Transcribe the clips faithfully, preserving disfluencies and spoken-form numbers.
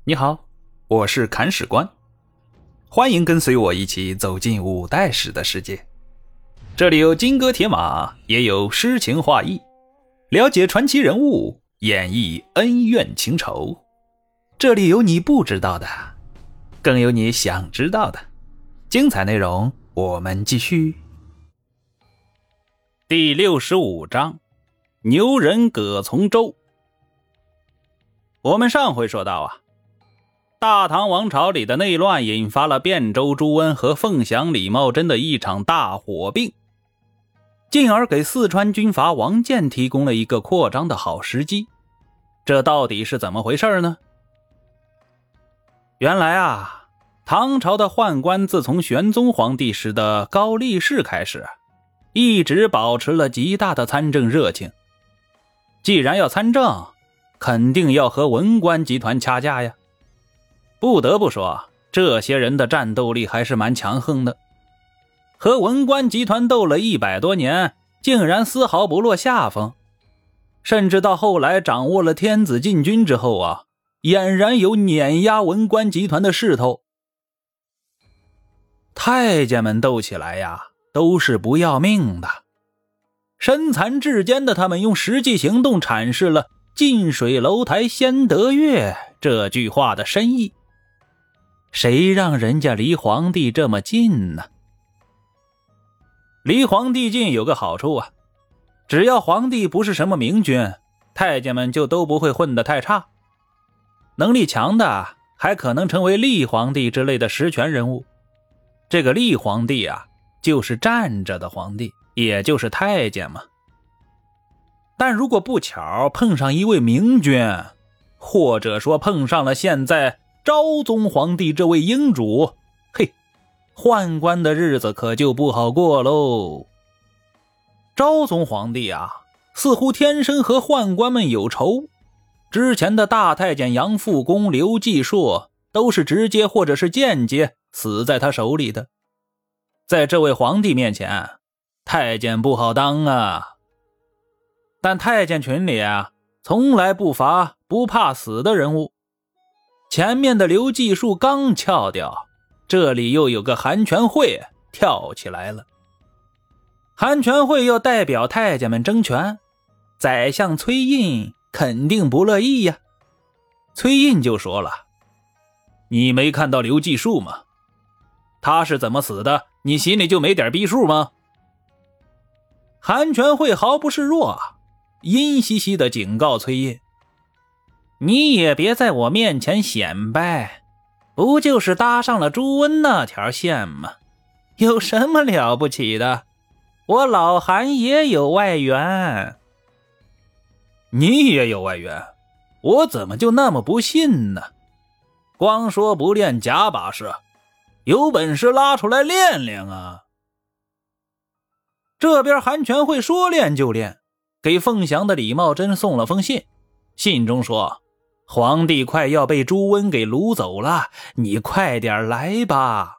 你好，我是砍史官，欢迎跟随我一起走进五代史的世界。这里有金戈铁马，也有诗情画意，了解传奇人物，演绎恩怨情仇。这里有你不知道的，更有你想知道的。精彩内容，我们继续。第六十五章，牛人葛从周。我们上回说到啊，大唐王朝里的内乱引发了汴州朱温和凤翔李茂贞的一场大火并，进而给四川军阀王建提供了一个扩张的好时机。这到底是怎么回事呢？原来啊，唐朝的宦官自从玄宗皇帝时的高力士开始，一直保持了极大的参政热情。既然要参政，肯定要和文官集团掐架呀。不得不说，这些人的战斗力还是蛮强横的。和文官集团斗了一百多年，竟然丝毫不落下风。甚至到后来掌握了天子禁军之后啊，俨然有碾压文官集团的势头。太监们斗起来呀，都是不要命的。身残志坚的他们用实际行动阐释了近水楼台先得月这句话的深意。谁让人家离皇帝这么近呢？离皇帝近有个好处啊，只要皇帝不是什么明君，太监们就都不会混得太差。能力强的还可能成为立皇帝之类的实权人物。这个立皇帝啊，就是站着的皇帝，也就是太监嘛。但如果不巧碰上一位明君，或者说碰上了现在昭宗皇帝这位英主，嘿，宦官的日子可就不好过喽。昭宗皇帝啊，似乎天生和宦官们有仇。之前的大太监杨复恭、刘继硕都是直接或者是间接死在他手里的。在这位皇帝面前，太监不好当啊。但太监群里啊，从来不乏不怕死的人物。前面的刘继树刚翘掉，这里又有个韩全会跳起来了。韩全会要代表太监们争权，宰相崔胤肯定不乐意呀。崔胤就说了，你没看到刘继树吗？他是怎么死的，你心里就没点逼数吗？韩全会毫不示弱，阴兮兮地警告崔胤，你也别在我面前显摆，不就是搭上了朱温那条线吗？有什么了不起的？我老韩也有外援。你也有外援？我怎么就那么不信呢？光说不练假把式，有本事拉出来练练啊！这边韩全会说练就练，给凤翔的李茂贞送了封信，信中说，皇帝快要被朱温给掳走了，你快点来吧。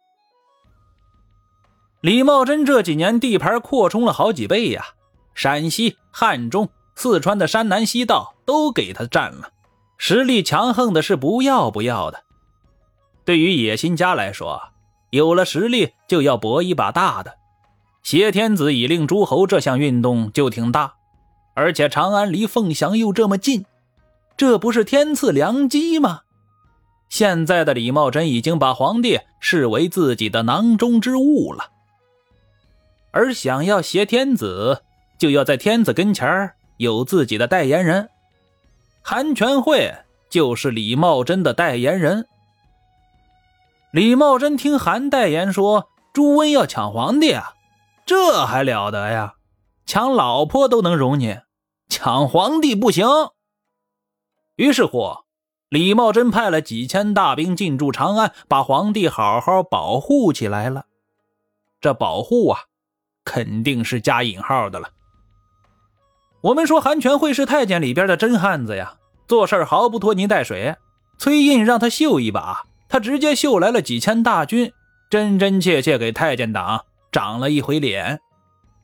李茂贞这几年地盘扩充了好几倍呀，陕西、汉中、四川的山南西道都给他占了，实力强横的是不要不要的。对于野心家来说，有了实力就要搏一把大的。挟天子以令诸侯这项运动就挺大，而且长安离凤翔又这么近，这不是天赐良机吗？现在的李茂贞已经把皇帝视为自己的囊中之物了，而想要挟天子，就要在天子跟前有自己的代言人。韩全会就是李茂贞的代言人。李茂贞听韩代言说朱温要抢皇帝啊，这还了得呀，抢老婆都能容你，抢皇帝不行。于是乎，李茂贞派了几千大兵进驻长安，把皇帝好好保护起来了。这保护啊，肯定是加引号的了。我们说韩全会是太监里边的真汉子呀，做事毫不拖泥带水。崔胤让他秀一把，他直接秀来了几千大军，真真切切给太监党长了一回脸。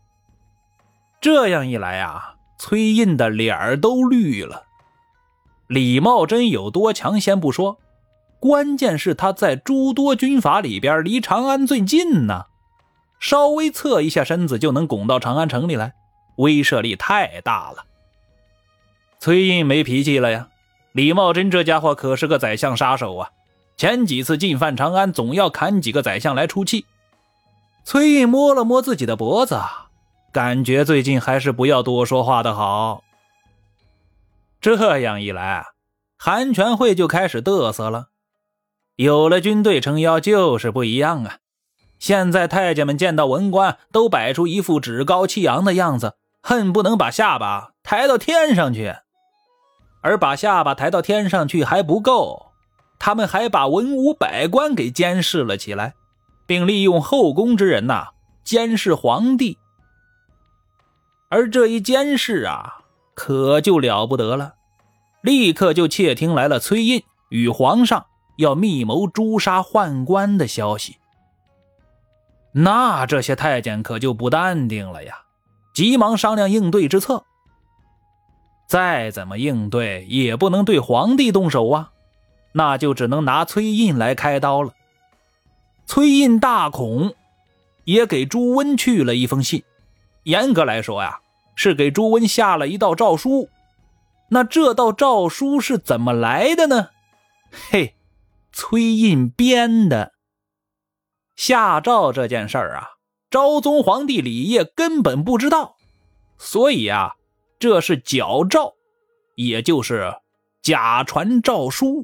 这样一来啊，崔胤的脸儿都绿了。 李茂贞有多强先不说，关键是他在诸多军阀里边离长安最近呢，稍微侧一下身子就能拱到长安城里来，威慑力太大了。崔胤没脾气了呀，李茂贞这家伙可是个宰相杀手啊，前几次进犯长安总要砍几个宰相来出气。崔胤摸了摸自己的脖子，感觉最近还是不要多说话的好。这样一来，韩全会就开始嘚瑟了。有了军队撑腰就是不一样啊！现在太监们见到文官都摆出一副趾高气扬的样子，恨不能把下巴抬到天上去。而把下巴抬到天上去还不够，他们还把文武百官给监视了起来，并利用后宫之人呐、啊、监视皇帝。而这一监视啊，可就了不得了，立刻就窃听来了崔胤与皇上要密谋诛杀宦官的消息。那这些太监可就不淡定了呀，急忙商量应对之策。再怎么应对也不能对皇帝动手啊，那就只能拿崔胤来开刀了。崔胤大恐，也给朱温去了一封信，严格来说呀，是给朱温下了一道诏书。那这道诏书是怎么来的呢？嘿，崔胤编的。下诏这件事儿啊，昭宗皇帝李晔根本不知道，所以啊，这是矫诏，也就是假传诏书。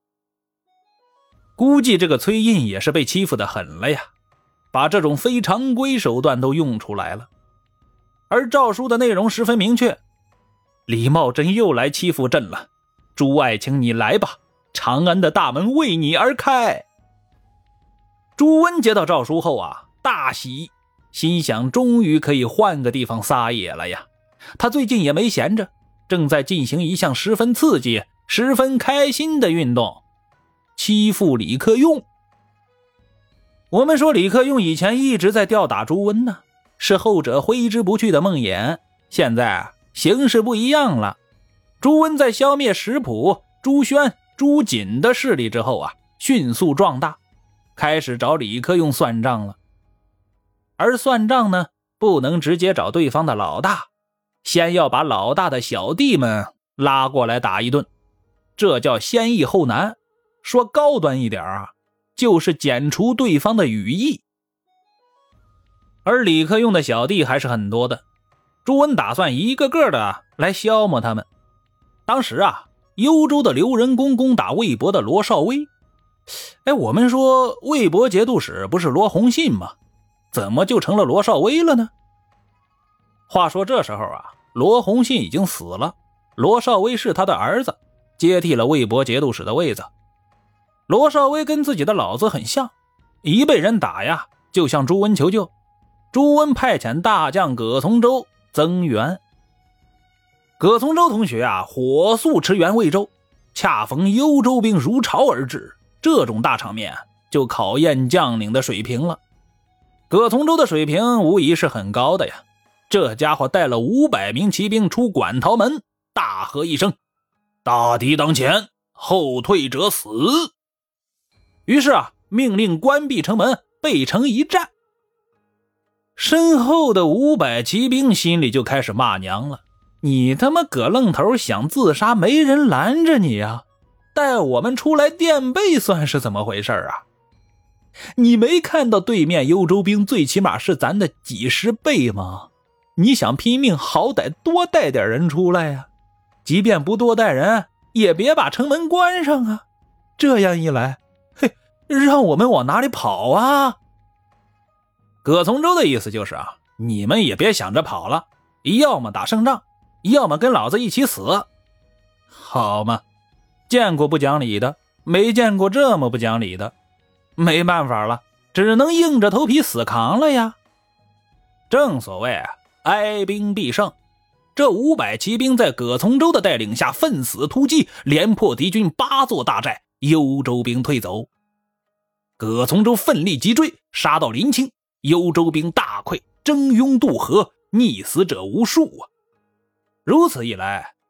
估计这个崔胤也是被欺负得狠了呀，把这种非常规手段都用出来了。而诏书的内容十分明确，李茂贞又来欺负朕了，朱爱卿你来吧，长安的大门为你而开。朱温接到诏书后啊，大喜，心想终于可以换个地方撒野了呀。他最近也没闲着，正在进行一项十分刺激、十分开心的运动——欺负李克用。我们说李克用以前一直在吊打朱温呢，是后者挥之不去的梦魇。现在啊，形势不一样了。朱温在消灭石普、朱宣、朱瑾的势力之后啊，迅速壮大，开始找李克用算账了。而算账呢，不能直接找对方的老大，先要把老大的小弟们拉过来打一顿，这叫先易后难。说高端一点啊，就是剪除对方的羽翼。而李克用的小弟还是很多的，朱温打算一个个的来消磨他们。当时啊，幽州的刘仁恭攻打魏博的罗绍威。哎，我们说魏博节度使不是罗洪信吗？怎么就成了罗绍威了呢？话说这时候啊，罗洪信已经死了，罗绍威是他的儿子，接替了魏博节度使的位子。罗绍威跟自己的老子很像，一被人打呀，就向朱温求救。朱温派遣大将葛从周增援。葛从周同学啊，火速驰援魏州，恰逢幽州兵如潮而至，这种大场面就考验将领的水平了。葛从周的水平无疑是很高的呀，这家伙带了五百名骑兵出馆陶门，大喝一声：大敌当前，后退者死。于是啊，命令关闭城门，背城一战。身后的五百骑兵心里就开始骂娘了，你他妈葛愣头想自杀没人拦着你啊，带我们出来垫背算是怎么回事啊？你没看到对面幽州兵最起码是咱的几十倍吗？你想拼命好歹多带点人出来呀、啊，即便不多带人也别把城门关上啊，这样一来，嘿，让我们往哪里跑啊？葛从周的意思就是啊，你们也别想着跑了，要么打胜仗，要么跟老子一起死。好嘛，见过不讲理的，没见过这么不讲理的。没办法了，只能硬着头皮死扛了呀。正所谓啊，哀兵必胜。这五百骑兵在葛从周的带领下奋死突击，连破敌军八座大寨，幽州兵退走。葛从周奋力急追，杀到临清，幽州兵大溃，征庸渡河，溺死者无数啊。如此一来，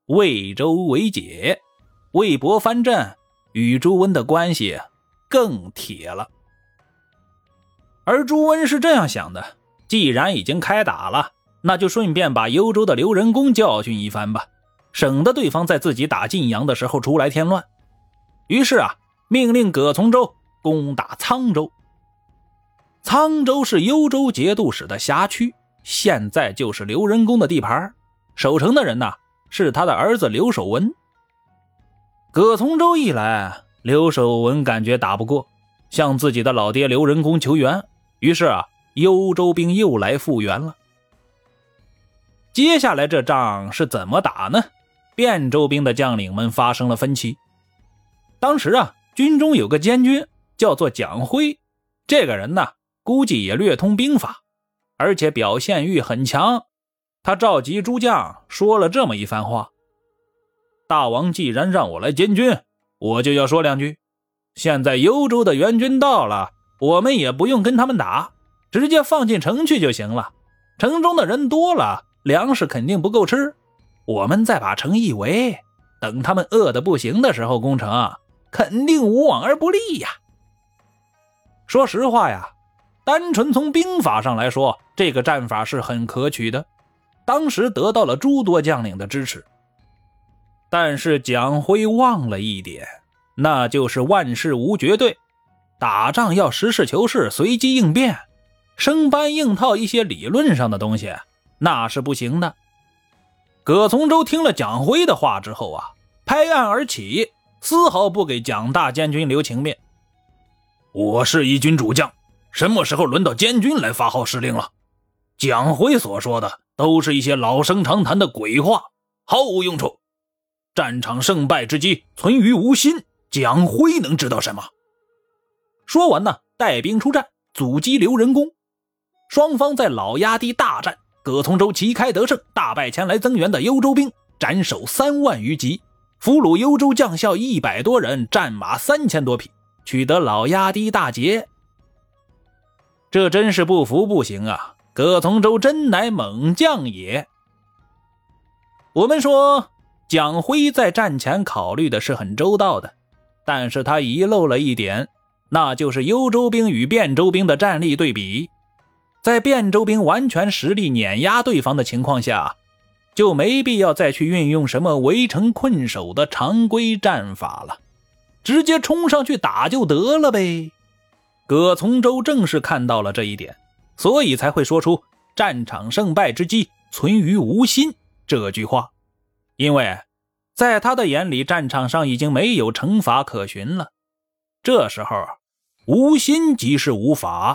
魏州为解，魏博藩镇与朱温的关系更铁了。而朱温是这样想的，既然已经开打了，那就顺便把幽州的刘仁恭教训一番吧，省得对方在自己打晋阳的时候出来添乱。于是啊，命令葛从周攻打沧州。沧州是幽州节度使的辖区，现在就是刘仁恭的地盘，守城的人呢是他的儿子刘守文。葛从周一来，刘守文感觉打不过，向自己的老爹刘仁恭求援，于是啊，幽州兵又来复员了。接下来这仗是怎么打呢？汴州兵的将领们发生了分歧。当时啊，军中有个监军叫做蒋辉，这个人呢，估计也略通兵法，而且表现欲很强。他召集诸将说了这么一番话：大王既然让我来监军，我就要说两句。现在幽州的援军到了，我们也不用跟他们打，直接放进城去就行了。城中的人多了，粮食肯定不够吃，我们再把城一围，等他们饿得不行的时候攻城，肯定无往而不利呀。说实话呀，单纯从兵法上来说，这个战法是很可取的，当时得到了诸多将领的支持。但是蒋辉忘了一点，那就是万事无绝对，打仗要实事求是，随机应变，生搬硬套一些理论上的东西，那是不行的。葛从周听了蒋辉的话之后啊，拍案而起，丝毫不给蒋大监军留情面。我是一军主将，什么时候轮到监军来发号施令了？蒋辉所说的都是一些老生常谈的鬼话，毫无用处。战场胜败之机存于无心，蒋辉能知道什么？说完呢，带兵出战，阻击刘仁恭。双方在老崖堤大战，葛从周旗开得胜，大败前来增援的幽州兵，斩首三万余级，俘虏幽州将校一百多人，战马三千多匹，取得老崖堤大捷。这真是不服不行啊，葛从周真乃猛将也。我们说蒋辉在战前考虑的是很周到的，但是他遗漏了一点，那就是幽州兵与汴州兵的战力对比。在汴州兵完全实力碾压对方的情况下，就没必要再去运用什么围城困守的常规战法了，直接冲上去打就得了呗。葛从周正是看到了这一点，所以才会说出战场胜败之机存于无心这句话。因为在他的眼里，战场上已经没有惩罚可循了，这时候无心即是无法。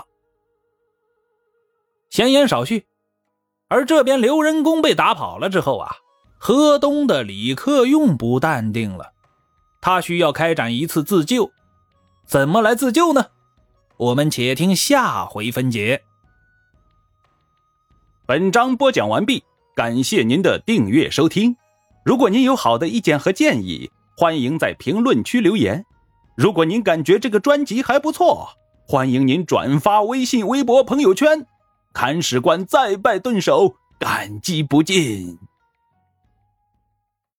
闲言少叙，而这边刘仁恭被打跑了之后啊，河东的李克用不淡定了，他需要开展一次自救。怎么来自救呢？我们且听下回分解。 本章播讲完毕，感谢您的订阅收听。如果您有好的意见和建议，欢迎在评论区留言。如果您感觉这个专辑还不错，欢迎您转发微信、微博、朋友圈。看史官再拜顿首，感激不尽。